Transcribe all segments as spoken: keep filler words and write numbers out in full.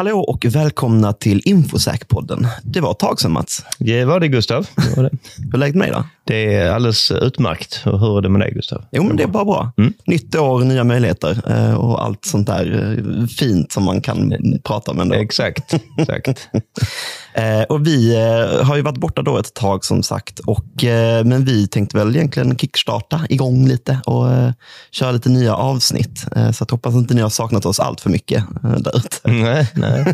hallå och välkomna till Infosec-podden. Det var ett tag sedan, Mats. Det var det, Gustav. Det var det. Hur är läget med dig då? Det är alldeles utmärkt. Och hur är det med dig, Gustav? Jo, men det är bara bra. Mm. Nytt år, nya möjligheter och allt sånt där fint som man kan prata om ändå. Exakt, exakt. Och vi har ju varit borta då ett tag som sagt. Och, men vi tänkte väl egentligen kickstarta igång lite och köra lite nya avsnitt. Så att hoppas inte ni har saknat oss allt för mycket där ute. Nej, nej.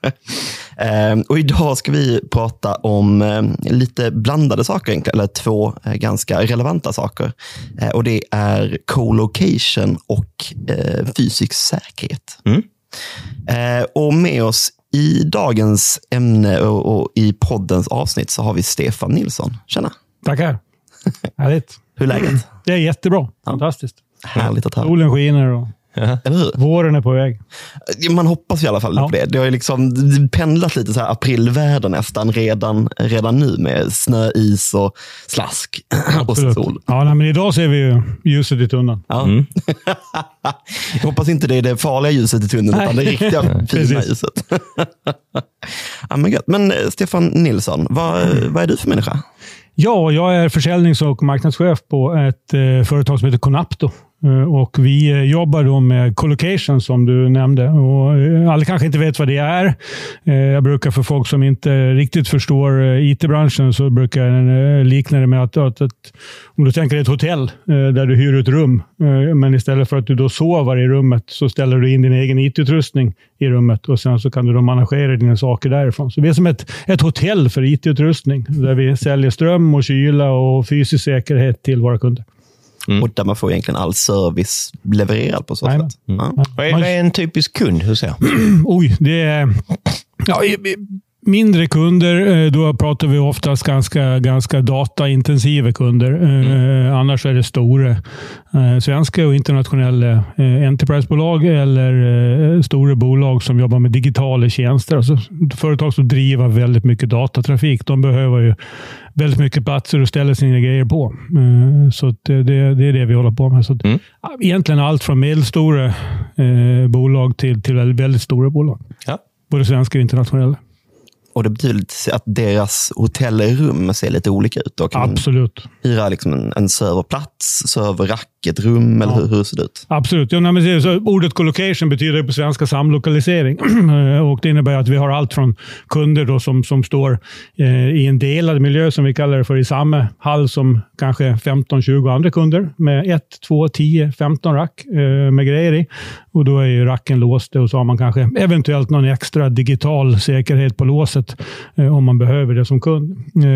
Och idag ska vi prata om lite blandade saker egentligen, eller två ganska relevanta saker. Och det är co-location och fysisk säkerhet. Mm. Och med oss i dagens ämne och, och i poddens avsnitt så har vi Stefan Nilsson. Tjena. Tackar. Härligt. Hur är läget? Det är jättebra. Fantastiskt. Härligt att höra. Solen skiner och ja. Eller hur? Våren är på väg. Man hoppas i alla fall ja. på det. Det har ju liksom pendlat lite så här aprilväder nästan redan, redan nu med snö, is och slask och sol. Ja, nej, men idag ser vi ju ljuset i tunneln. Ja. Mm. Jag hoppas inte det är det farliga ljuset i tunneln utan det riktiga fina ljuset. Ja, men, men Stefan Nilsson, vad, vad är du för människa? Ja, jag är försäljnings- och marknadschef på ett eh, företag som heter Conapto. Och vi jobbar då med co-location som du nämnde. Och alla kanske inte vet vad det är. Jag brukar för folk som inte riktigt förstår I T-branschen så brukar jag likna det med att, att, att om du tänker ett hotell där du hyr ett rum. Men istället för att du då sover i rummet så ställer du in din egen I T-utrustning i rummet. Och sen så kan du då managera dina saker därifrån. Så vi är som ett, ett hotell för I T-utrustning. Där vi säljer ström och kyla och fysisk säkerhet till våra kunder. Mm. Och där man får egentligen all service levererad på så sätt. Mm. Ja. Vad är, är en typisk kund? Hur ser jag? Oj, det är... Ja, mindre kunder, då pratar vi oftast ganska, ganska dataintensiva kunder. Mm. Eh, annars är det stora eh, svenska och internationella eh, enterprisebolag eller eh, stora bolag som jobbar med digitala tjänster. Alltså företag som driver väldigt mycket datatrafik. De behöver ju väldigt mycket platser att ställa sina grejer på. Eh, så det, det, det är det vi håller på med. Så att, mm. Egentligen allt från medelstora eh, bolag till, till väldigt, väldigt stora bolag. Ja. Både svenska och internationella. Och det betyder att deras hotellrum ser lite olika ut. Då kan Absolut. Man hyra liksom en, en serverplats, serverrack, ett rum eller ja. hur, hur ser det ut? Absolut. Ja, men så, ordet co-location betyder på svenska samlokalisering. Och det innebär att vi har allt från kunder då som, som står eh, i en delad miljö som vi kallar det för i samma hall som kanske femton tjugo andra kunder med ett, två, tio, femton rack eh, med grejer i. Och då är ju racken låst och så har man kanske eventuellt någon extra digital säkerhet på låset eh, om man behöver det som kund.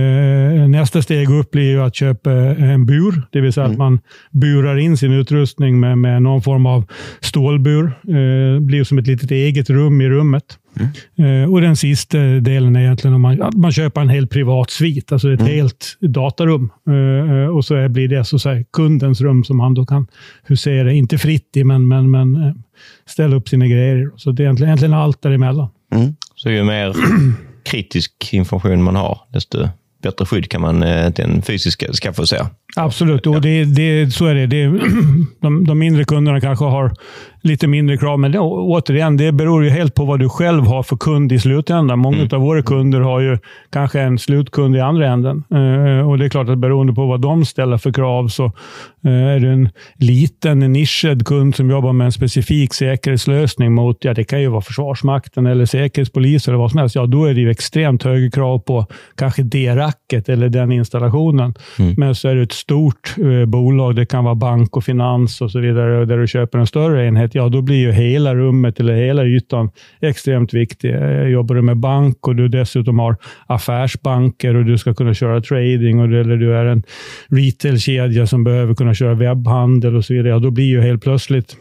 Eh, nästa steg upp blir ju att köpa en bur, det vill säga mm. att man burar in sin utrustning med, med någon form av stålbur. Eh, blir som ett litet eget rum i rummet. Mm. Eh, och den sista delen är egentligen om man, att man köper en helt privat svit, alltså ett mm. helt datarum. Eh, och så är, blir det så att säga kundens rum som han då kan husera, inte fritt i, men, men, men eh, ställa upp sina grejer. Så det är egentligen, egentligen allt däremellan. Mm. Så ju mer kritisk information man har, desto bättre skydd kan man eh, den fysiska skaffa sig. Absolut, och det, det, så är det. det de, de mindre kunderna kanske har lite mindre krav, men det, återigen, det beror ju helt på vad du själv har för kund i slutändan. Många mm. av våra kunder har ju kanske en slutkund i andra änden. Uh, och det är klart att beroende på vad de ställer för krav så uh, är det en liten, en nischad kund som jobbar med en specifik säkerhetslösning mot, ja det kan ju vara Försvarsmakten eller Säkerhetspolis eller vad som helst. Ja, då är det ju extremt höga krav på kanske det racket eller den installationen. Mm. Men så är det ett stort uh, bolag, det kan vara bank och finans och så vidare, där du köper en större enhet, ja då blir ju hela rummet eller hela ytan extremt viktig. Jobbar du med bank och du dessutom har affärsbanker och du ska kunna köra trading och du, eller du är en retailkedja som behöver kunna köra webbhandel och så vidare, ja då blir ju helt plötsligt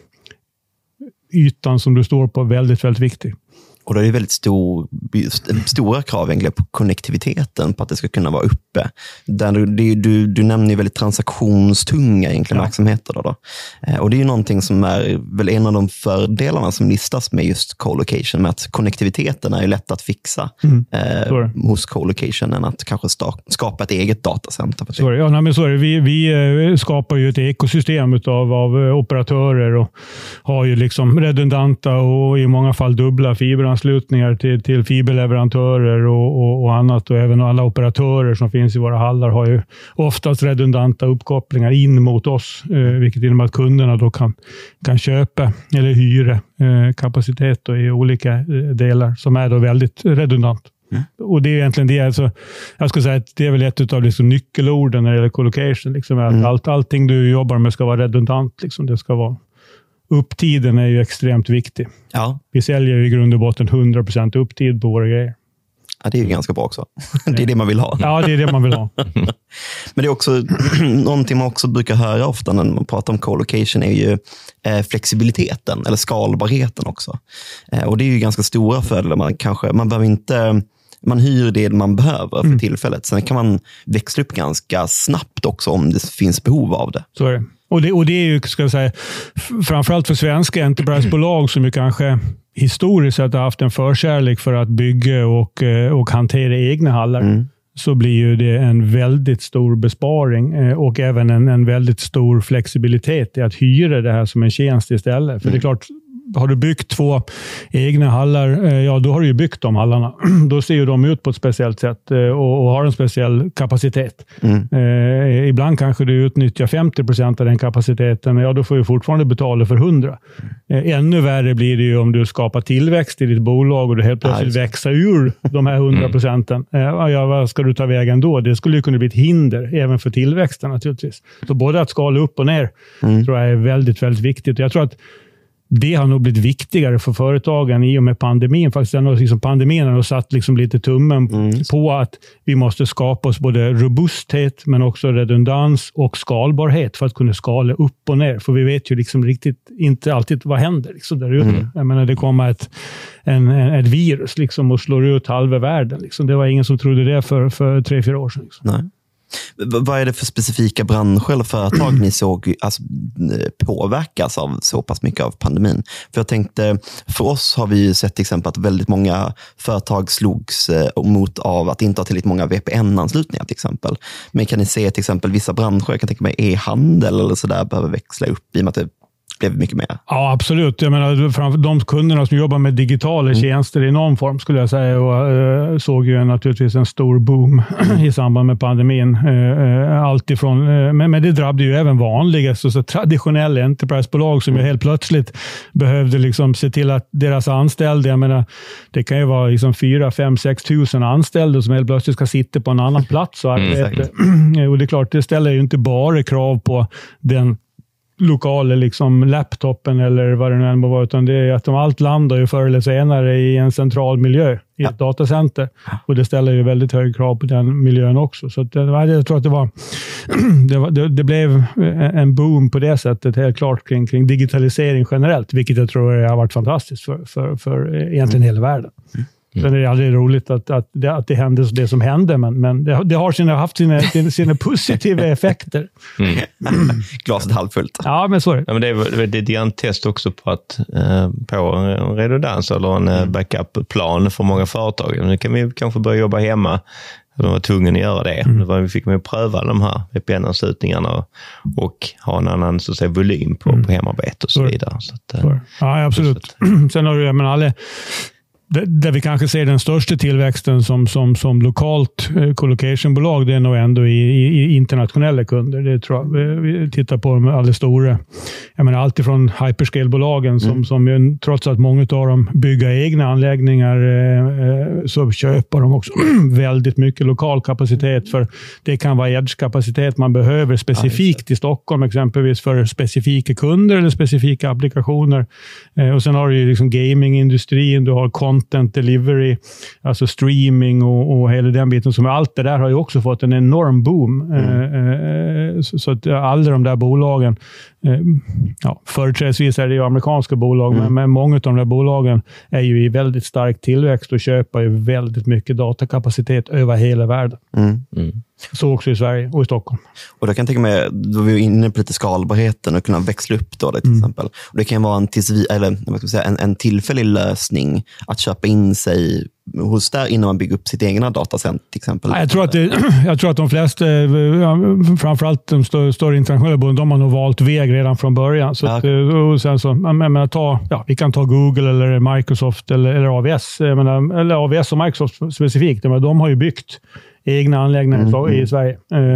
ytan som du står på väldigt, väldigt viktig. Och då är det väldigt stor, stora krav egentligen på konnektiviteten, på att det ska kunna vara uppe. Där du, du, du nämner ju väldigt transaktionstunga egentligen ja. verksamheter. Då, då. Och det är ju någonting som är väl en av de fördelarna som listas med just co-location, med att konnektiviteten är ju lätt att fixa mm. eh, hos co-location än att kanske sta- skapa ett eget datacenter. För så är det. Ja, nej, men så är det. Vi, vi skapar ju ett ekosystem utav, av operatörer och har ju liksom redundanta och i många fall dubbla fiberanslutningar anslutningar till, till fiberleverantörer och, och, och annat. Och även alla operatörer som finns i våra hallar har ju oftast redundanta uppkopplingar in mot oss. Eh, vilket innebär att kunderna då kan, kan köpa eller hyra eh, kapacitet då i olika eh, delar som är då väldigt redundant. Mm. Och det är egentligen det. Alltså, jag skulle säga att det är väl ett av liksom nyckelorden när det gäller colocation. Liksom, att mm. allt, allting du jobbar med ska vara redundant. Liksom, det ska vara upptiden är ju extremt viktig. Ja. Vi säljer ju i grund och botten hundra procent upptid på våra grejer. Ja, det är ju ganska bra också. Det är det man vill ha. Ja, det är det man vill ha. Men det är också någonting man också brukar höra ofta när man pratar om colocation är ju eh, flexibiliteten eller skalbarheten också. Eh, och det är ju ganska stora fördelar. Man kanske, man behöver inte, man hyr det man behöver för mm. tillfället. Sen kan man växla upp ganska snabbt också om det finns behov av det. Så är det. Och det, och det är ju, ska jag säga, framförallt för svenska enterprisebolag som ju kanske historiskt sett har haft en förkärlek för att bygga och, och hantera egna hallar. Mm. Så blir ju det en väldigt stor besparing och även en, en väldigt stor flexibilitet i att hyra det här som en tjänst istället. För mm. det är klart, har du byggt två egna hallar, ja då har du ju byggt de hallarna. Då ser ju de ut på ett speciellt sätt och, och har en speciell kapacitet. Mm. Eh, ibland kanske du utnyttjar femtio procent av den kapaciteten, ja då får du fortfarande betala för hundra. Eh, ännu värre blir det ju om du skapar tillväxt i ditt bolag och du helt plötsligt ja, växer ur de här hundra procenten. Eh, ja, vad ska du ta vägen då? Det skulle ju kunna bli ett hinder även för tillväxten naturligtvis. Så både att skala upp och ner mm. tror jag är väldigt, väldigt viktigt. Jag tror att det har nog blivit viktigare för företagen i och med pandemin. Faktiskt liksom pandemin har satt liksom lite tummen mm. på att vi måste skapa oss både robusthet men också redundans och skalbarhet för att kunna skala upp och ner. För vi vet ju liksom riktigt inte alltid vad händer liksom där ute. Mm. Jag menar, det kommer ett, en, ett virus liksom och slår ut halva världen. Liksom. Det var ingen som trodde det för, för tre, fyra år sedan. Liksom. Nej. Vad är det för specifika branscher eller företag ni såg alltså, påverkas av så pass mycket av pandemin? För jag tänkte, för oss har vi ju sett till exempel att väldigt många företag slogs mot av att inte ha tillräckligt många V P N-anslutningar till exempel. Men kan ni se till exempel vissa branscher, jag kan tänka mig e-handel eller sådär, behöver växla upp i och med att det blev mycket mer. Ja, absolut. Jag menar, framför de kunderna som jobbar med digitala mm. tjänster i någon form skulle jag säga och uh, såg ju naturligtvis en stor boom i samband med pandemin. Uh, allt ifrån, uh, men, men det drabbade ju även vanliga så, så traditionella enterprisebolag som mm. ju helt plötsligt behövde liksom se till att deras anställda, jag menar, det kan ju vara liksom fyra, fem, sex tusen anställda som helt plötsligt ska sitta på en annan plats och arbeta. Mm, och det är klart, det ställer ju inte bara krav på den lokala liksom laptopen eller vad det nu än må vara, utan det är att de allt landar ju förr eller senare i en central miljö i ja. ett datacenter. Och det ställer ju väldigt hög krav på den miljön också. Så att, jag tror att det var det, var, det, det blev en boom på det sättet helt klart kring, kring digitalisering generellt, vilket jag tror har varit fantastiskt för, för, för egentligen hela världen. Mm. Sen är det aldrig roligt att, att, det, att det hände det som hände, men, men det, det har sina, haft sina, sina, sina positiva effekter. Mm. Glaset halvfullt. Ja, men så är det. Ja, men det är det är ett test också på, att, eh, på en redundans eller en mm. backup-plan för många företag. Nu kan vi kanske börja jobba hemma. De var tvungna att göra det. Mm. Vi fick med att pröva de här V P N-anslutningarna och, och ha en annan så att säga, volym på, mm. på hemarbete och så vidare. Så att, så ja, absolut. Sen har du, jag menar, alla där vi kanske ser den största tillväxten som, som, som lokalt eh, colocationbolag, det är nog ändå i, i, i internationella kunder. Det tror jag. Vi tittar på de alldeles stora. Jag menar, allt ifrån hyperscale-bolagen som, mm. som ju, trots att många av dem bygger egna anläggningar eh, så köper de också väldigt mycket lokal kapacitet. För det kan vara edge-kapacitet man behöver specifikt ja, i Stockholm exempelvis för specifika kunder eller specifika applikationer. Eh, och sen har du ju liksom gamingindustrin, du har content delivery, alltså streaming och, och hela den biten. Som allt det där har ju också fått en enorm boom. Mm. Eh, så, så att alla de där bolagen, eh, ja, företrädesvis är det ju amerikanska bolag, mm. men, men många av de där bolagen är ju i väldigt stark tillväxt och köper ju väldigt mycket datakapacitet över hela världen. Mm. Mm. Så också i Sverige och i Stockholm. Och då kan jag tänka mig, då är vi inne på lite skalbarheten och kunna växla upp då det, till mm. exempel. Och det kan vara en, tills, eller, vad ska jag säga, en, en tillfällig lösning att köpa in sig hos där innan man bygger upp sitt egna datacenter till exempel? Jag tror att, det, jag tror att de flesta, framförallt de större, större internationella bolagen, de har nog valt väg redan från början. Så att, och sen så, jag menar, ta, ja, vi kan ta Google eller Microsoft eller, eller A W S. Jag menar, eller A W S och Microsoft specifikt. Men de har ju byggt egna anläggningar mm. i Sverige.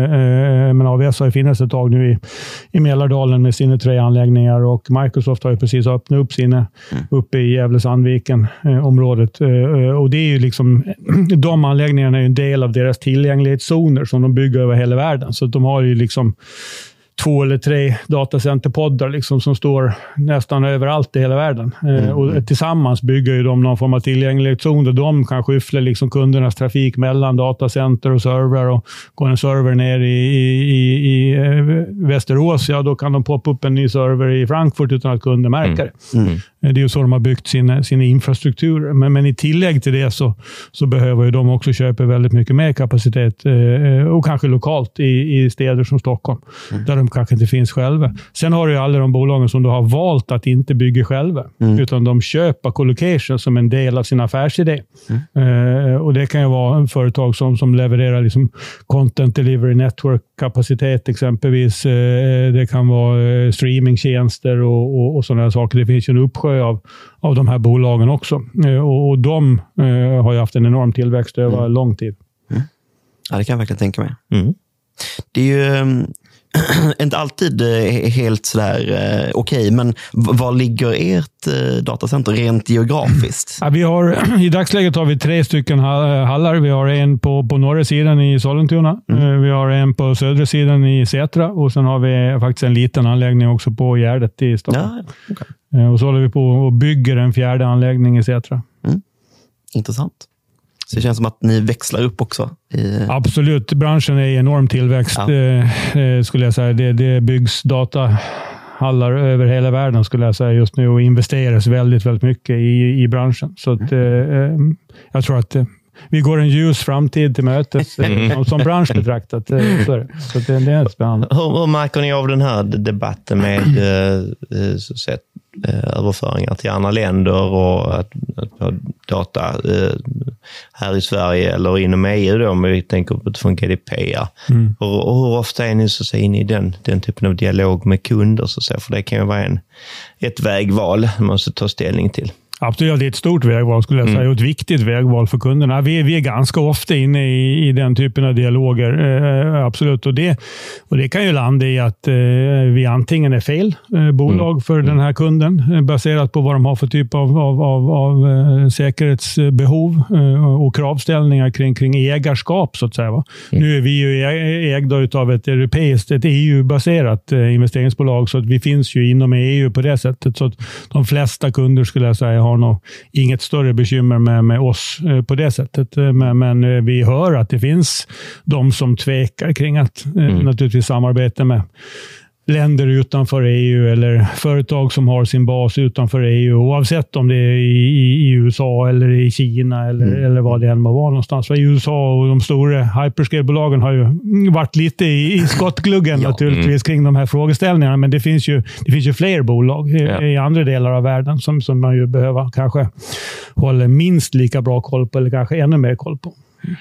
Men A W S har ju funnits ett tag nu i, i Mälardalen med sina tre anläggningar, och Microsoft har ju precis öppnat upp sina mm. uppe i Gävle-Sandviken eh, området. Eh, och det är ju liksom, de anläggningarna är ju en del av deras tillgänglighetszoner som de bygger över hela världen. Så de har ju liksom två eller tre datacenterpoddar liksom, som står nästan överallt i hela världen. Mm. Eh, och tillsammans bygger ju de någon form av tillgänglighetszon där de kan skyffla liksom kundernas trafik mellan datacenter och server. Och går en server ner i, i, i, i Västerås, ja, då kan de poppa upp en ny server i Frankfurt utan att kunder märker det. Mm. Mm. Det är ju så de har byggt sina, sina infrastrukturer. Men, men i tillägg till det så, så behöver ju de också köpa väldigt mycket mer kapacitet eh, och kanske lokalt i, i städer som Stockholm. Mm. Där de kanske inte finns själva. Sen har du ju alla de bolagen som då har valt att inte bygga själva. Mm. Utan de köper colocation som en del av sin affärsidé. Mm. Eh, och det kan ju vara företag som, som levererar liksom content delivery network-kapacitet exempelvis. Eh, det kan vara eh, streamingtjänster och, och, och sådana saker. Det finns ju en uppsjö av, av de här bolagen också. Eh, och, och de eh, har ju haft en enorm tillväxt över mm. lång tid. Mm. Ja, det kan jag verkligen tänka mig. Mm. Det är ju inte alltid helt sådär eh, okej, okay, men var ligger ert eh, datacenter rent geografiskt? Ja, vi har, i dagsläget har vi tre stycken hallar. Vi har en på, på norra sidan i Sollentuna. Mm. Eh, vi har en på södra sidan i Sätra, och sen har vi faktiskt en liten anläggning också på Gärdet i Stockholm. Ja, okay. eh, och så håller vi på och bygger en fjärde anläggning i Sätra. Mm. Intressant. Så det känns som att ni växlar upp också. I... Absolut. Branschen är i enorm tillväxt, ja. eh, skulle jag säga. Det, det byggs datahallar över hela världen, skulle jag säga, just nu, och investeras väldigt, väldigt mycket i, i branschen. Så att, eh, jag tror att eh, vi går en ljus framtid till mötes mm. som bransch betraktat. Så, så det, det är spännande. Hur, hur märker ni av den här debatten med eh, så sett, eh, överföringar till andra länder och att, att ha data eh, här i Sverige eller inom E U då, om vi tänker på från G D P R. Mm. Och, och hur ofta är ni så att säga inne i den, den typen av dialog med kunder? Så att säga, för det kan ju vara en, ett vägval man måste ta ställning till. Absolut, det är ett stort vägval skulle jag säga, och ett viktigt vägval för kunderna. Vi, vi är ganska ofta inne i, i den typen av dialoger, eh, absolut. Och det, och det kan ju landa i att eh, vi antingen är fel eh, bolag mm. för den här kunden, eh, baserat på vad de har för typ av, av, av, av eh, säkerhetsbehov eh, och kravställningar kring, kring ägarskap, så att säga. Va? Mm. Nu är vi ju ägda av ett europeiskt, ett E U-baserat eh, investeringsbolag, så att vi finns ju inom E U på det sättet. Så att de flesta kunder, skulle jag säga, har nog inget större bekymmer med, med oss eh, på det sättet. Men, men eh, vi hör att det finns de som tvekar kring att eh, mm. naturligtvis samarbeta med länder utanför E U eller företag som har sin bas utanför E U, oavsett om det är i, i, i U S A eller i Kina eller, mm. eller vad det än må vara någonstans. För I U S A och de stora hyperscale-bolagen har ju varit lite i, i skottgluggen ja. naturligtvis kring de här frågeställningarna, men det finns ju, det finns ju fler bolag i, ja. i andra delar av världen som, som man ju behöver kanske hålla minst lika bra koll på, eller kanske ännu mer koll på.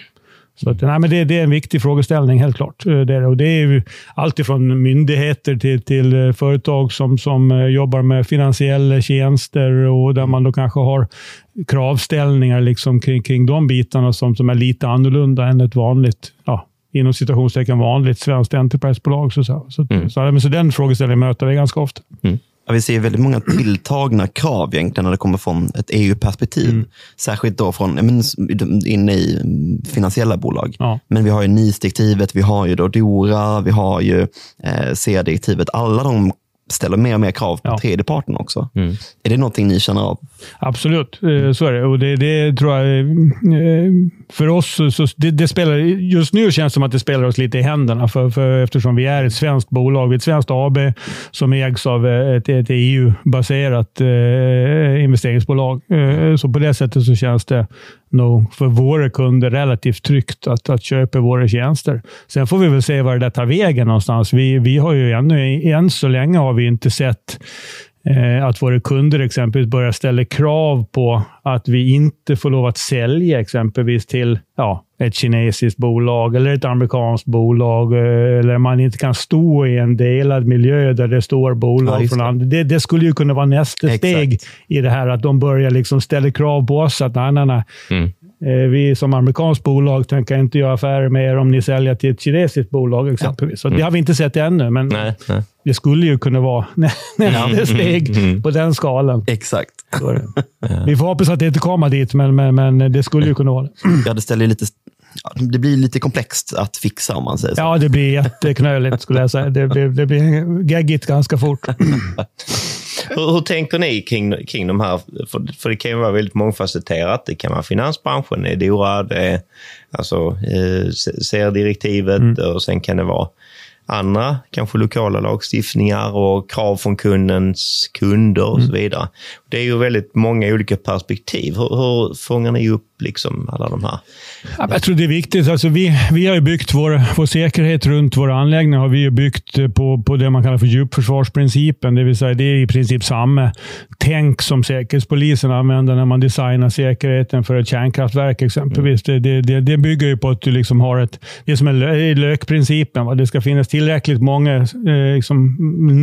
Så att, nej, men det, det är en viktig frågeställning, helt klart. Det, och det är ju allt ifrån myndigheter till, till företag som, som jobbar med finansiella tjänster, och där man då kanske har kravställningar liksom kring, kring de bitarna som, som är lite annorlunda än ett vanligt, ja, inom situationstecken vanligt svenskt enterprisebolag. Så, så, så, mm. så, så den frågeställningen möter vi ganska ofta. Mm. Ja, vi ser väldigt många tilltagna krav egentligen när det kommer från ett E U-perspektiv. Mm. Särskilt då från men, inne i finansiella bolag. Ja. Men vi har ju N I S-direktivet, vi har ju då DORA, vi har ju eh, C A-direktivet. Alla de ställer mer och mer krav på ja. tredjeparten också. Mm. Är det någonting ni känner av? Absolut, så är det. Och det, det tror jag, för oss, så det, det spelar, just nu känns det som att det spelar oss lite i händerna. För, för, eftersom vi är ett svenskt bolag, vi är ett svenskt A B som ägs av ett, ett E U-baserat eh, investeringsbolag. Eh, så på det sättet så känns det nog för våra kunder relativt tryggt att, att köpa våra tjänster. Sen får vi väl se var det tar vägen någonstans. Vi, vi har ju ännu, än så länge har vi inte sett eh, att våra kunder exempelvis börjar ställa krav på att vi inte får lov att sälja exempelvis till ja, ett kinesiskt bolag eller ett amerikanskt bolag, eller man inte kan stå i en delad miljö där det står bolag ja, från andra. Det, det skulle ju kunna vara nästa Exakt. steg i det här, att de börjar liksom ställa krav på oss att nej, nej, nej. Mm. Vi som amerikanskt bolag tänker inte göra affärer med er om ni säljer till ett kinesiskt bolag exempelvis. Så mm. det har vi inte sett ännu, men nej, nej. det skulle ju kunna vara nästa mm. steg mm. på den skalan. Exakt. Vi får hoppas att det inte kommer dit, men, men, men det skulle ju kunna vara det. Ja, det ställer lite... Det blir lite komplext att fixa om man säger så. Ja, det blir jätteknöligt skulle jag säga. Det blir, det blir gaggigt ganska fort. Hur, hur tänker ni kring, kring de här? För, för det kan ju vara väldigt mångfacetterat. Det kan vara finansbranschen, det är DORA, det är alltså eh, C E R-direktivet mm. och sen kan det vara andra, kanske lokala lagstiftningar och krav från kundens kunder och mm. så vidare. Det är ju väldigt många olika perspektiv. Hur, hur fångar ni upp liksom alla de här? Ja, jag tror det är viktigt. Alltså vi, vi har ju byggt vår, vår säkerhet runt våra anläggningar har vi ju byggt på, på det man kallar för djupförsvarsprincipen. Det vill säga det är i princip samma tänk som säkerhetspolisen använder när man designar säkerheten för ett kärnkraftverk exempelvis. Mm. Det, det, det bygger ju på att du liksom har ett, det är som är lökprincipen. Va? Det ska finnas tillräckligt många eh, liksom,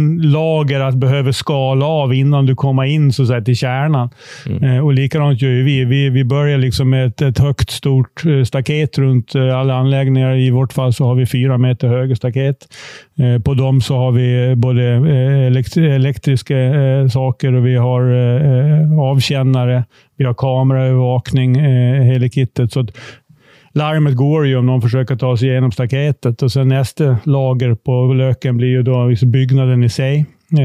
lager att behöva skala av innan du kommer in så att säga, till kärnan. Mm. Eh, och likadant gör ju vi. Vi, vi börjar liksom med ett, ett högt stort eh, staket runt eh, alla anläggningar. I vårt fall så har vi fyra meter höga staket. Eh, på dem så har vi både eh, elektri- elektriska eh, saker och vi har eh, avkännare. Vi har kameraövervakning, eh, hela kittet. Så att larmet går ju om någon försöker ta sig igenom staketet och sen nästa lager på löken blir ju då byggnaden i sig.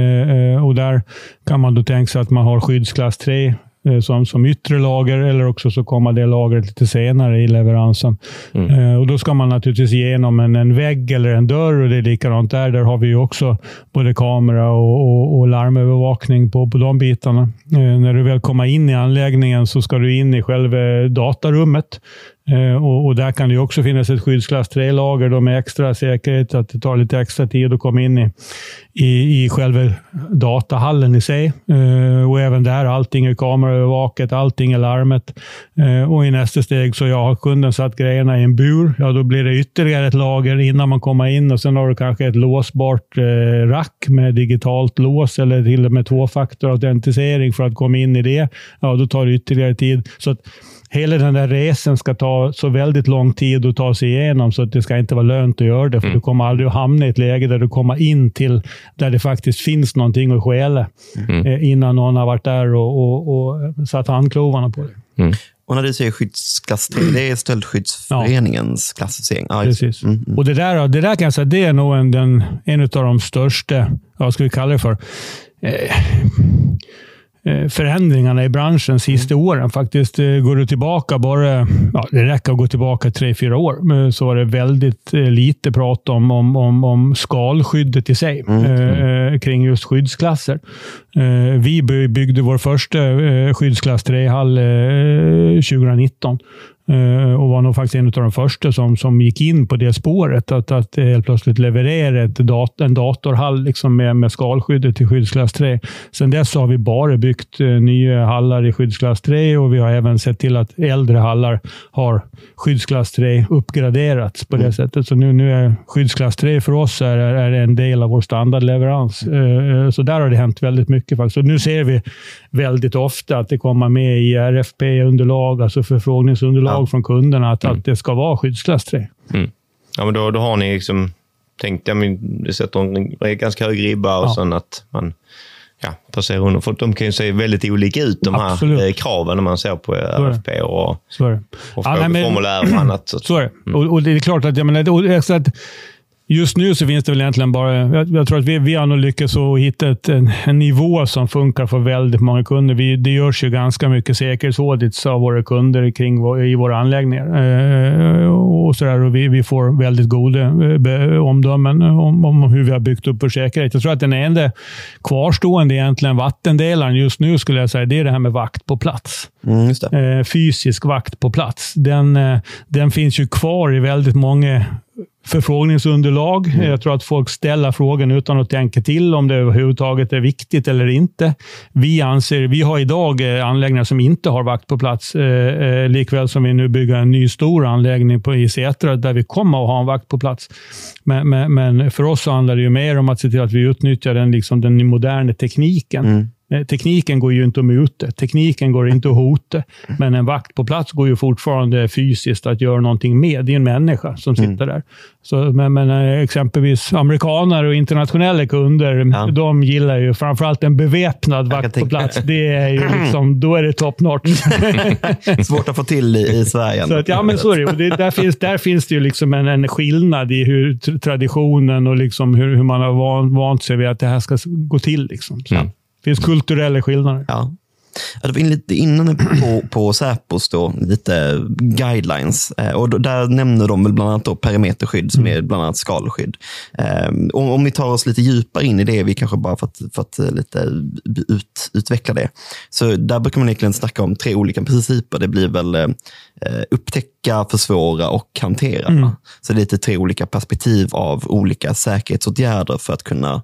Eh, och där kan man då tänka sig att man har skyddsklass tre eh, som, som yttre lager eller också så kommer det lagret lite senare i leveransen. Mm. Eh, och då ska man naturligtvis igenom en, en vägg eller en dörr och det är likadant där. Där har vi ju också både kamera och, och, och larmövervakning på, på de bitarna. Eh, när du väl kommer in i anläggningen så ska du in i själva datarummet. Eh, och, och där kan det också finnas ett skyddsklass tre-lager då med extra säkerhet, att det tar lite extra tid att komma in i, i, i själva datahallen i sig. Eh, och även där allting är kameraövervakat, allting är larmet. Eh, och i nästa steg så jag har kunden satt grejerna i en bur, ja då blir det ytterligare ett lager innan man kommer in och sen har du kanske ett låsbart eh, rack med digitalt lås eller till och med tvåfaktorautentisering för att komma in i det. Ja, då tar det ytterligare tid. Så att hela den där resan ska ta så väldigt lång tid att ta sig igenom så att det ska inte vara lönt att göra det. För mm. du kommer aldrig att hamna i ett läge där du kommer in till där det faktiskt finns någonting att stjäla mm. eh, innan någon har varit där och, och, och satt handklovarna på det. Mm. Och när du säger skyddsklass tre, det är Stöldskyddsföreningens ja. klassificering. Ah, precis. Mm, mm. Och det där, det där kan jag säga, det är nog en, den, en av de största, vad ska vi kalla det för, eh, förändringarna i branschen sista åren. Faktiskt går du tillbaka bara, ja, det räcker att gå tillbaka tre, fyra år, så var det väldigt lite prat om, om, om, om skalskyddet i sig mm. eh, kring just skyddsklasser. Eh, vi byggde vår första eh, skyddsklass tre-hall eh, tjugonitton. Uh, och var nog faktiskt en av de första som, som gick in på det spåret att, att helt plötsligt leverera ett dat- en datorhall liksom med, med skalskyddet till skyddsklass tre. Sen dess har vi bara byggt uh, nya hallar i skyddsklass tre och vi har även sett till att äldre hallar har skyddsklass tre uppgraderats på det mm. sättet. Så nu, nu är skyddsklass tre för oss är, är en del av vår standardleverans. Uh, så där har det hänt väldigt mycket faktiskt. Och nu ser vi väldigt ofta att det kommer med i R F P-underlag, alltså förfrågningsunderlag ja. från kunderna att, mm. att det ska vara skyddsklass tre. Mm. Ja, men då, då har ni liksom tänkt, ja, men det sätter en ganska hög ribba och ja. sen att man ja, passerar under. För de kan ju se väldigt olika ut, de Absolut. här eh, kraven när man ser på R F P och, och ja, frågeformulär och annat. Så, så är det. Mm. Och, och det är klart att jag menar, och, så att just nu så finns det väl egentligen bara, jag, jag tror att vi, vi har nog lyckats att hitta ett, en, en nivå som funkar för väldigt många kunder. Vi, det görs ju ganska mycket säkerhetsaudits av våra kunder kring vår, i våra anläggningar. Eh, och så där, och vi, vi får väldigt goda eh, omdömen om, om hur vi har byggt upp vår säkerhet. Jag tror att den enda kvarstående egentligen vattendelaren just nu skulle jag säga, det är det här med vakt på plats. Mm, just det. Eh, fysisk vakt på plats. Den, eh, den finns ju kvar i väldigt många förfrågningsunderlag. Mm. Jag tror att folk ställer frågan utan att tänka till om det överhuvudtaget är viktigt eller inte. Vi anser, vi har idag anläggningar som inte har vakt på plats, eh, likväl som vi nu bygger en ny stor anläggning på i Sätra där vi kommer att ha en vakt på plats. Men, men, men för oss så handlar det ju mer om att se till att vi utnyttjar den, liksom, den moderna tekniken. Mm. Tekniken går ju inte att muta. Tekniken går inte att hota. Men en vakt på plats går ju fortfarande fysiskt att göra någonting med. Det är en människa som sitter mm. där. Så, men, men exempelvis amerikaner och internationella kunder, ja. de gillar ju framförallt en beväpnad vakt på plats. Det är ju liksom, då är det top notch. Svårt att få till i, i Sverige. Så att, ja, men så är det. Och det, där, finns, där finns det ju liksom en, en skillnad i hur traditionen och liksom hur, hur man har van, vant sig vid att det här ska gå till. Liksom. Så. Mm. Det finns kulturella skillnader. Ja. Jag var lite innan på, på Säpos då, lite guidelines. Eh, och då, där nämner de väl bland annat då perimeterskydd som mm. är bland annat skalskydd. Eh, om, om vi tar oss lite djupare in i det, vi kanske bara för att, för att lite ut, utveckla det. Så där brukar man egentligen snacka om tre olika principer. Det blir väl eh, upptäcka, försvåra och hantera. Mm. Så det är lite tre olika perspektiv av olika säkerhetsåtgärder för att kunna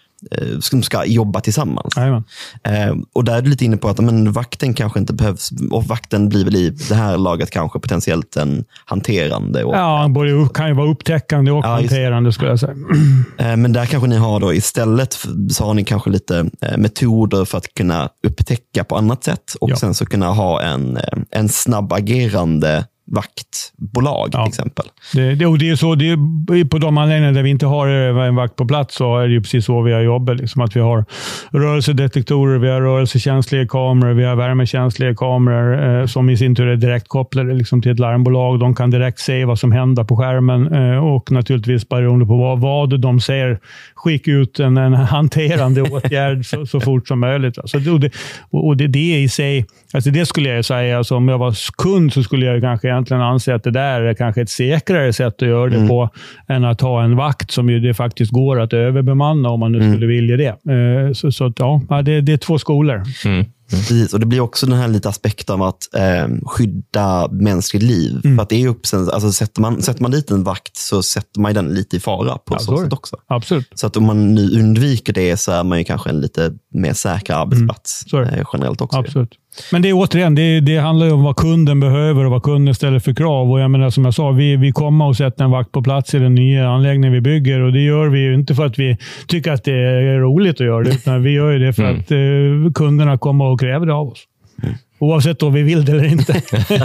som ska jobba tillsammans. Eh, och där är det lite inne på att men, vakten kanske inte behövs, och vakten blir väl i det här laget kanske potentiellt en hanterande. Och, ja, både kan ju vara upptäckande och ja, hanterande skulle jag säga. Eh, men där kanske ni har då istället så har ni kanske lite eh, metoder för att kunna upptäcka på annat sätt och ja. sen så kunna ha en, en snabb agerande vaktbolag ja. till exempel. Det, det, och det är så, det är på de anledningar där vi inte har en vakt på plats så är det ju precis så vi har jobbat. Liksom att vi har rörelsedetektorer, vi har rörelsekänsliga kameror, vi har värmekänsliga kameror eh, som i sin tur är direkt kopplade liksom, till ett larmbolag. De kan direkt se vad som händer på skärmen eh, och naturligtvis beroende på vad, vad de ser skicka ut en, en hanterande åtgärd så, så fort som möjligt. Alltså, och det, och det, det i sig, alltså det skulle jag säga, alltså, om jag var kund så skulle jag kanske egentligen anse att det där är kanske ett säkrare sätt att göra det mm. på än att ha en vakt som ju det faktiskt går att överbemanna om man nu mm. skulle vilja det. Så, så ja, det, det är två skolor. Mm. Precis, och det blir också den här lite aspekten av att eh, skydda mänskligt liv. Mm. För att det är upp, alltså, sätter, man, sätter man dit en vakt så sätter man den lite i fara på ja, så sätt också. Absolut. Så att om man nu undviker det så är man ju kanske en lite mer säker arbetsplats mm. eh, generellt också. Absolut. Men det är återigen, det, det handlar ju om vad kunden behöver och vad kunden ställer för krav. Och jag menar, som jag sa, vi, vi kommer och sätter en vakt på plats i den nya anläggningen vi bygger. Och det gör vi ju inte för att vi tycker att det är roligt att göra det. Utan vi gör ju det för mm. att eh, kunderna kommer och kräver det av oss. Mm. Oavsett om vi vill det eller inte.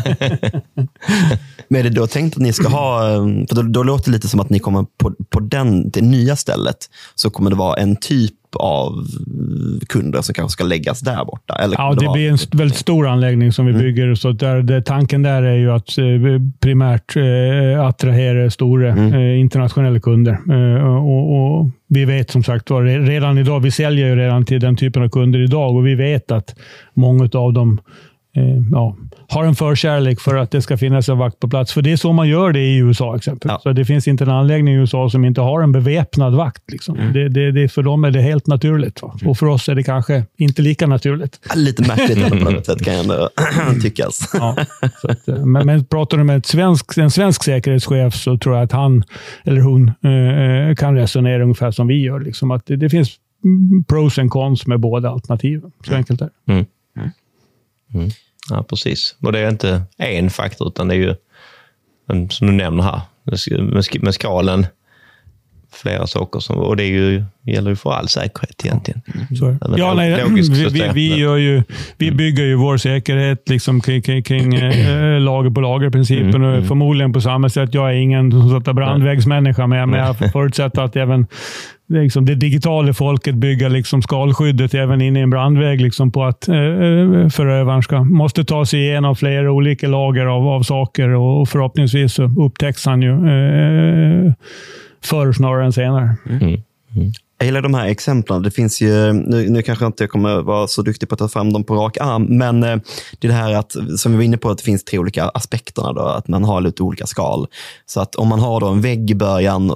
Men är det då tänkt att ni ska ha, för då, då låter det lite som att ni kommer på, på den, det nya stället så kommer det vara en typ av kunder som kanske ska läggas där borta? Eller ja, det, det blir en st- väldigt stor anläggning som vi mm. bygger. Så där, det, tanken där är ju att eh, primärt eh, attrahera stora mm. eh, internationella kunder. Eh, och, och vi vet som sagt var, redan idag, vi säljer ju redan till den typen av kunder idag och vi vet att många av dem eh, ja, har en förkärlek för att det ska finnas en vakt på plats. För det är så man gör det i U S A exempelvis. Ja. Så det finns inte en anläggning i U S A som inte har en beväpnad vakt. Liksom. Mm. Det, det, det, för dem är det helt naturligt. Va? Och för oss är det kanske inte lika naturligt. Lite märkligt på något sätt kan jag ändå tyckas. Ja, så att, men, men pratar du med ett svensk, en svensk säkerhetschef så tror jag att han eller hon eh, kan resonera ungefär som vi gör. Liksom. Att det, det finns pros and cons med båda alternativen. Så enkelt är det. Mm. Mm. Mm. Ja, precis. Och det är inte en faktor utan det är ju, som du nämner här, med skalen flera saker. Som, och det är ju, gäller ju för all säkerhet egentligen. Mm. Ja, nej, vi, vi, vi, gör ju, vi bygger ju vår säkerhet liksom kring, kring, kring äh, lager på lager-principen. Mm. Och förmodligen på samma sätt. Jag är ingen som brandvägsmänniska med, men jag förutsätter att även liksom det digitala folket bygger liksom skalskyddet även inne i en brandväg liksom på att eh, förövaren ska, måste ta sig igenom flera olika lager av, av saker och förhoppningsvis så upptäcks han ju eh, förr snarare än senare. Mm. Mm. Jag gillar de här exemplen. Det finns ju, nu, nu kanske inte jag kommer vara så duktig på att ta fram dem på rak arm, men eh, det är det här att, som vi var inne på, att det finns tre olika aspekterna då, att man har lite olika skal. Så att om man har då en vägg i början och,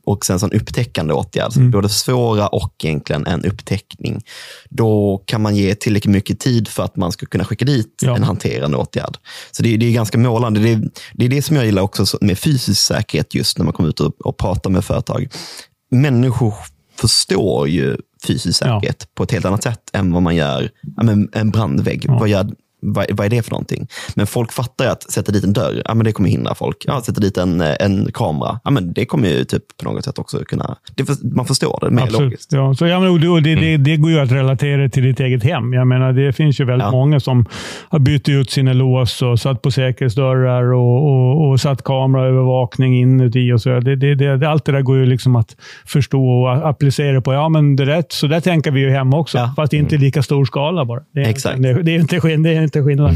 och sen så en upptäckande åtgärd. Mm. Då det svåra och egentligen en upptäckning. Då kan man ge tillräckligt mycket tid för att man ska kunna skicka dit ja. en hanterande åtgärd. Så det, det är ganska målande. Det är, det är det som jag gillar också med fysisk säkerhet just när man kommer ut och, och pratar med företag. Människor förstår ju fysisk säkerhet ja. på ett helt annat sätt än vad man gör ja, men en brandvägg. Ja. Vad gör Vad, vad är det för någonting? Men folk fattar ju att sätta dit en dörr, ja men det kommer hindra folk. Ja, sätta dit en, en kamera, ja men det kommer ju typ på något sätt också kunna, det för, man förstår det mer Absolut. logiskt. Ja, så ja, men det, det, det går ju att relatera till ditt eget hem. Jag menar, det finns ju väldigt ja. många som har bytt ut sina lås och satt på säkerhetsdörrar och, och, och satt kameraövervakning inuti och så. Det, det, det, allt det där går ju liksom att förstå och applicera på. Ja, men det är rätt. Så där tänker vi ju hemma också, ja. fast inte i lika stor skala bara. Det är, Exakt. Det, det är inte skillnad. Det är inte skillnad.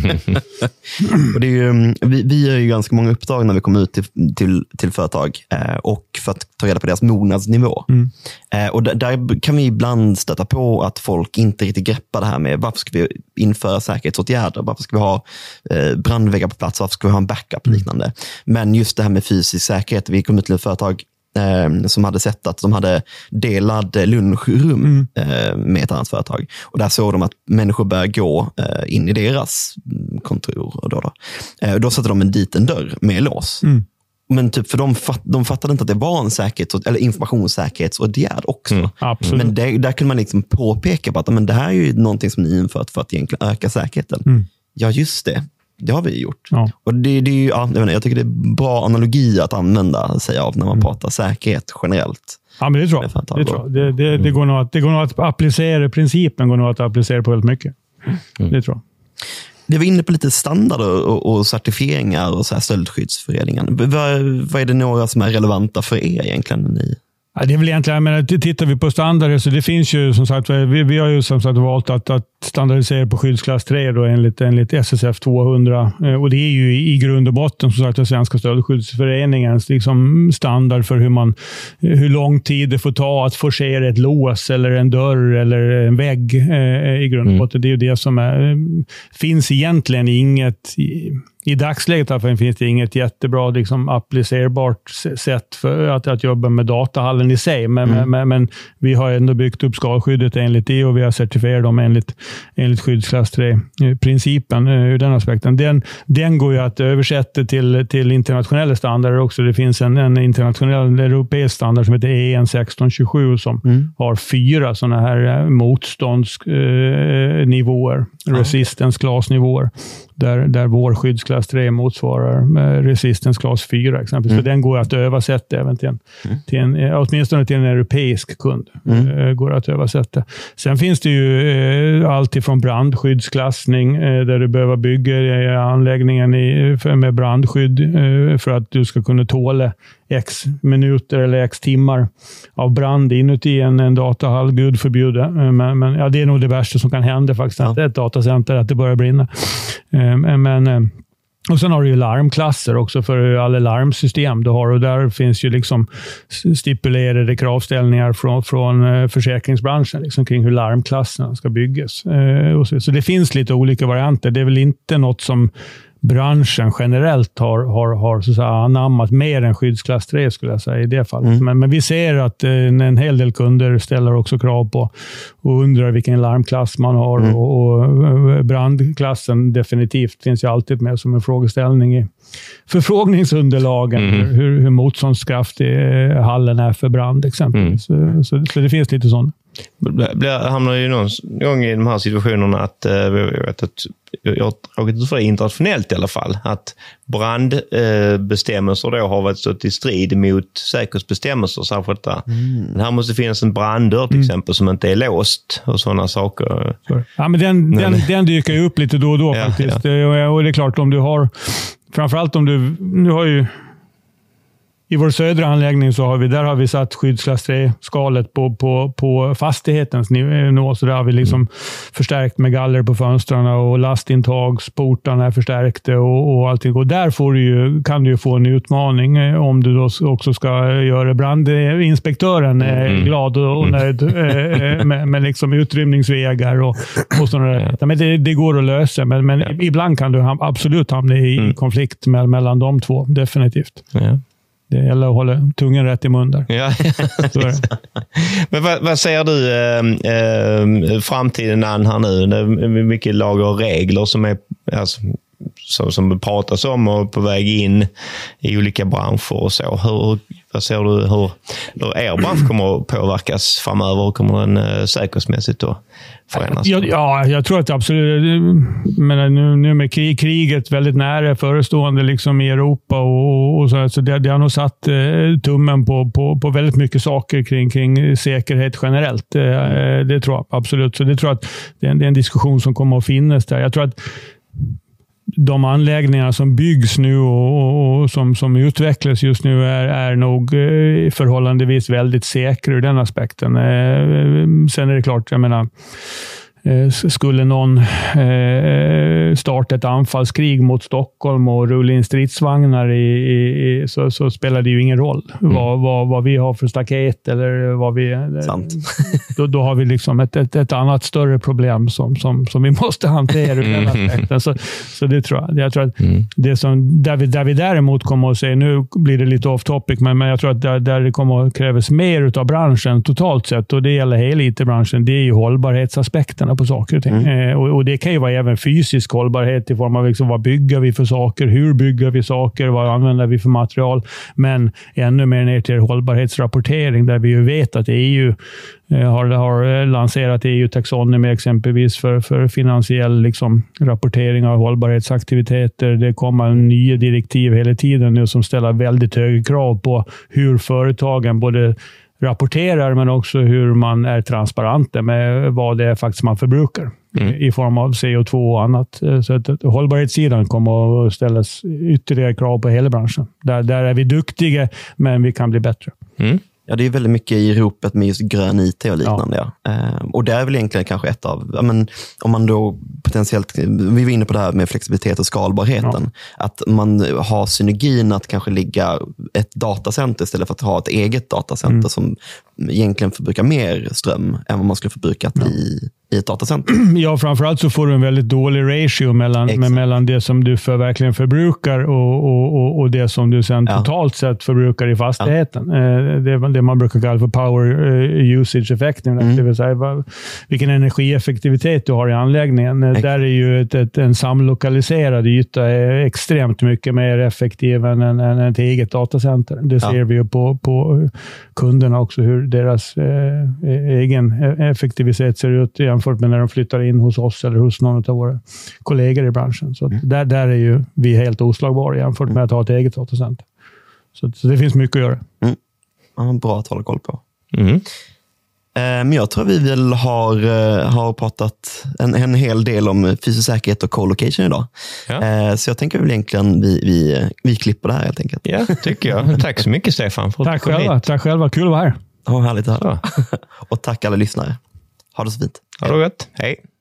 och det är ju, vi, vi gör ju ganska många uppdrag när vi kommer ut till, till, till företag eh, och för att ta reda på deras mognadsnivå. Mm. Eh, och där, där kan vi ibland stöta på att folk inte riktigt greppar det här med varför ska vi införa säkerhetsåtgärder, varför ska vi ha eh, brandväggar på plats, varför ska vi ha en backup och liknande. Mm. Men just det här med fysisk säkerhet, vi kom ut till ett företag Eh, som hade sett att de hade delad lunchrum mm. eh, med ett annat företag. Och där såg de att människor började gå eh, in i deras kontor. Och då, då. Eh, då satte de en dit en dörr med lås. Mm. Men typ för de, fatt, de fattade inte att det var en säkerhets- eller informationssäkerhetsåtgärd också. Mm, men det, där kunde man liksom påpeka på att men det här är ju någonting som ni infört för att egentligen öka säkerheten. Mm. Ja, just det. Det har vi gjort. Ja. Och det, det är ju, ja, jag, menar, jag tycker det är bra analogi att använda sig av när man mm. pratar säkerhet generellt. Ja, men det tror jag. Det, tror jag. Det, det, mm. det, går nog att, det går nog att applicera, principen går nog att applicera på väldigt mycket. Mm. Det tror jag. Det var inne på lite standarder och, och certifieringar och så här stöldskyddsföreningen. Vad, vad är det några som är relevanta för er egentligen? Ni? Ja, det är väl egentligen, jag menar, tittar vi på standarder så det finns ju som sagt, vi, vi har ju som sagt valt att, att standardisera på skyddsklass tre då enligt, enligt S S F tvåhundra och det är ju i grund och botten som sagt den svenska stöldskyddsföreningens liksom standard för hur man hur lång tid det får ta att forcera ett lås eller en dörr eller en vägg eh, i grund och botten. Mm. Det är ju det som är, finns egentligen inget i, I dagsläget därför finns det inget jättebra liksom, applicerbart sätt för att, att jobba med datahallen i sig. Men, mm. men, men vi har ändå byggt upp skalskyddet enligt det och vi har certifierat dem enligt, enligt skyddsklass tre-principen ur den aspekten. Den, den går ju att översätta till, till internationella standarder också. Det finns en, en internationell europeisk standard som heter E N sexton tjugosju som mm. har fyra sådana här motståndsnivåer, eh, mm. resistance class-nivåer. Där, där vår skyddsklass tre motsvarar eh, resistance class fyra exempelvis. Mm. Så den går att översätta även till en, mm. till en, eh, åtminstone till en europeisk kund. Mm. Eh, går att översätta. Sen finns det ju eh, allt ifrån brandskyddsklassning eh, där du behöver bygga eh, anläggningen i, för, med brandskydd eh, för att du ska kunna tåla x minuter eller x timmar av brand inuti en, en datahall, gud förbjude. Men, men ja, det är nog det värsta som kan hända faktiskt. Ja. Att ett datacenter, att det börjar brinna. Men, och sen har du ju larmklasser också för alla larmsystem du har och där finns ju liksom stipulerade kravställningar från, från försäkringsbranschen liksom kring hur larmklasserna ska byggas. Och så, så det finns lite olika varianter. Det är väl inte något som branschen generellt har, har, har så att säga, anammat mer än skyddsklass tre skulle jag säga i det fallet. Mm. Men, men vi ser att en, en hel del kunder ställer också krav på och undrar vilken larmklass man har mm. och, och brandklassen definitivt finns ju alltid med som en frågeställning i förfrågningsunderlagen mm. hur, hur motståndskraftig hallen är för brand exempelvis. Mm. Så, så, så det finns lite sånt. Jag hamnar ju någon gång i de här situationerna att, jag vet att jag har dragit ut för det internationellt i alla fall, att brandbestämmelser då har varit stått i strid mot säkerhetsbestämmelser särskilt där. Mm. Här måste finnas en branddörr till mm. exempel som inte är låst och sådana saker. Ja, men den, men, den, den dyker ju upp lite då och då ja, faktiskt. Ja. Och det är klart om du har, framförallt om du, du har ju i vår södra anläggning så har vi, där har vi satt skyddsklass tre-skalet på, på, på fastighetens nivå. Så där har vi liksom mm. förstärkt med galler på fönstren och lastintagsportarna är förstärkta och, och allting. Och där får du ju, kan du ju få en utmaning om du då också ska göra brandinspektören mm. glad och nöjd mm. med, med liksom utrymningsvägar och, och sådana där. Ja. Men det, det går att lösa, men, men ja. ibland kan du absolut hamna i mm. konflikt med, mellan de två, definitivt. Ja. Det gäller att hålla tungan rätt i mun där. Ja. Så är det. Men vad, vad säger du eh, eh, framtiden an här nu? Det är mycket lagar och regler som är alltså, som, som det pratas om och på väg in i olika branscher och så. Hur, vad ser du hur, hur er bransch kommer att påverkas framöver? Kommer den eh, säkerhetsmässigt då förändras? Ja, ja, jag tror att absolut. Men nu, nu med krig, kriget väldigt nära förestående liksom i Europa och, och så, så det, det har nog satt eh, tummen på, på, på väldigt mycket saker kring, kring säkerhet generellt. Eh, det tror jag absolut. Så det tror jag att det är, en, det är en diskussion som kommer att finnas där. Jag tror att de anläggningar som byggs nu och, och, och som, som utvecklas just nu är, är nog eh, förhållandevis väldigt säkra ur den aspekten. Eh, sen är det klart, jag menar, eh, skulle någon eh, starta ett anfallskrig mot Stockholm och rulla in stridsvagnar i, i, i, så, så spelar det ju ingen roll mm. vad, vad, vad vi har för staket eller vad vi... Sant. Då, då har vi liksom ett, ett, ett annat större problem som, som, som vi måste hantera ur den aspekten. Så, så det tror jag. Jag tror att mm. det som, där, vi, där vi däremot kommer att säga, nu blir det lite off topic, men, men jag tror att där, där det kommer att krävas mer av branschen totalt sett, och det gäller hela I T-branschen, det är ju hållbarhetsaspekterna på saker och ting. Mm. Eh, och, och det kan ju vara även fysisk hållbarhet i form av liksom, vad bygger vi för saker, hur bygger vi saker, vad använder vi för material, men ännu mer ner till hållbarhetsrapportering där vi ju vet att E U har, har lanserat E U-taxonomy exempelvis för, för finansiell liksom, rapportering av hållbarhetsaktiviteter. Det kommer nya direktiv hela tiden nu som ställer väldigt höga krav på hur företagen både rapporterar men också hur man är transparenta med vad det är faktiskt man förbrukar mm. i form av C O två och annat. Så att hållbarhetssidan kommer att ställas ytterligare krav på hela branschen. Där, där är vi duktiga, men vi kan bli bättre. Mm. Ja, det är väldigt mycket i ropet med just grön I T och liknande. Ja. Ja. Eh, och det är väl egentligen kanske ett av, ja, men, om man då potentiellt, vi var inne på det här med flexibilitet och skalbarheten, ja. Att man har synergin att kanske ligga ett datacenter istället för att ha ett eget datacenter mm. som egentligen förbrukar mer ström än vad man skulle förbrukat ja. i, i ett datacenter. Ja, framförallt så får du en väldigt dålig ratio mellan, med, mellan det som du för verkligen förbrukar och, och, och, och det som du sen ja. totalt sett förbrukar i fastigheten. Ja. Det är det man brukar kalla för power usage effect. Mm. Det vill säga vilken energieffektivitet du har i anläggningen. Exakt. Där är ju ett, ett, en samlokaliserad yta är extremt mycket mer effektiv än, än, än ett eget datacenter. Det ser ja. vi ju på, på kunderna också, hur deras eh, egen effektivitet ser ut jämfört med när de flyttar in hos oss eller hos någon av våra kollegor i branschen. Så mm. där, där är ju vi helt oslagbara jämfört med att ha ett eget datacenter. Så, så det finns mycket att göra. Mm. Ja, bra att hålla koll på. Mm. Men jag tror vi väl har, har pratat en, en hel del om fysisk säkerhet och co-location idag. Ja. Så jag tänker väl egentligen vi, vi, vi klipper det här helt enkelt. Ja, tycker jag. Tack så mycket, Stefan. För tack själva. Tack själva. Kul att vara här. Ja, härligt att höra. Och tack alla lyssnare. Ha det så fint. Ha det gott. Hej.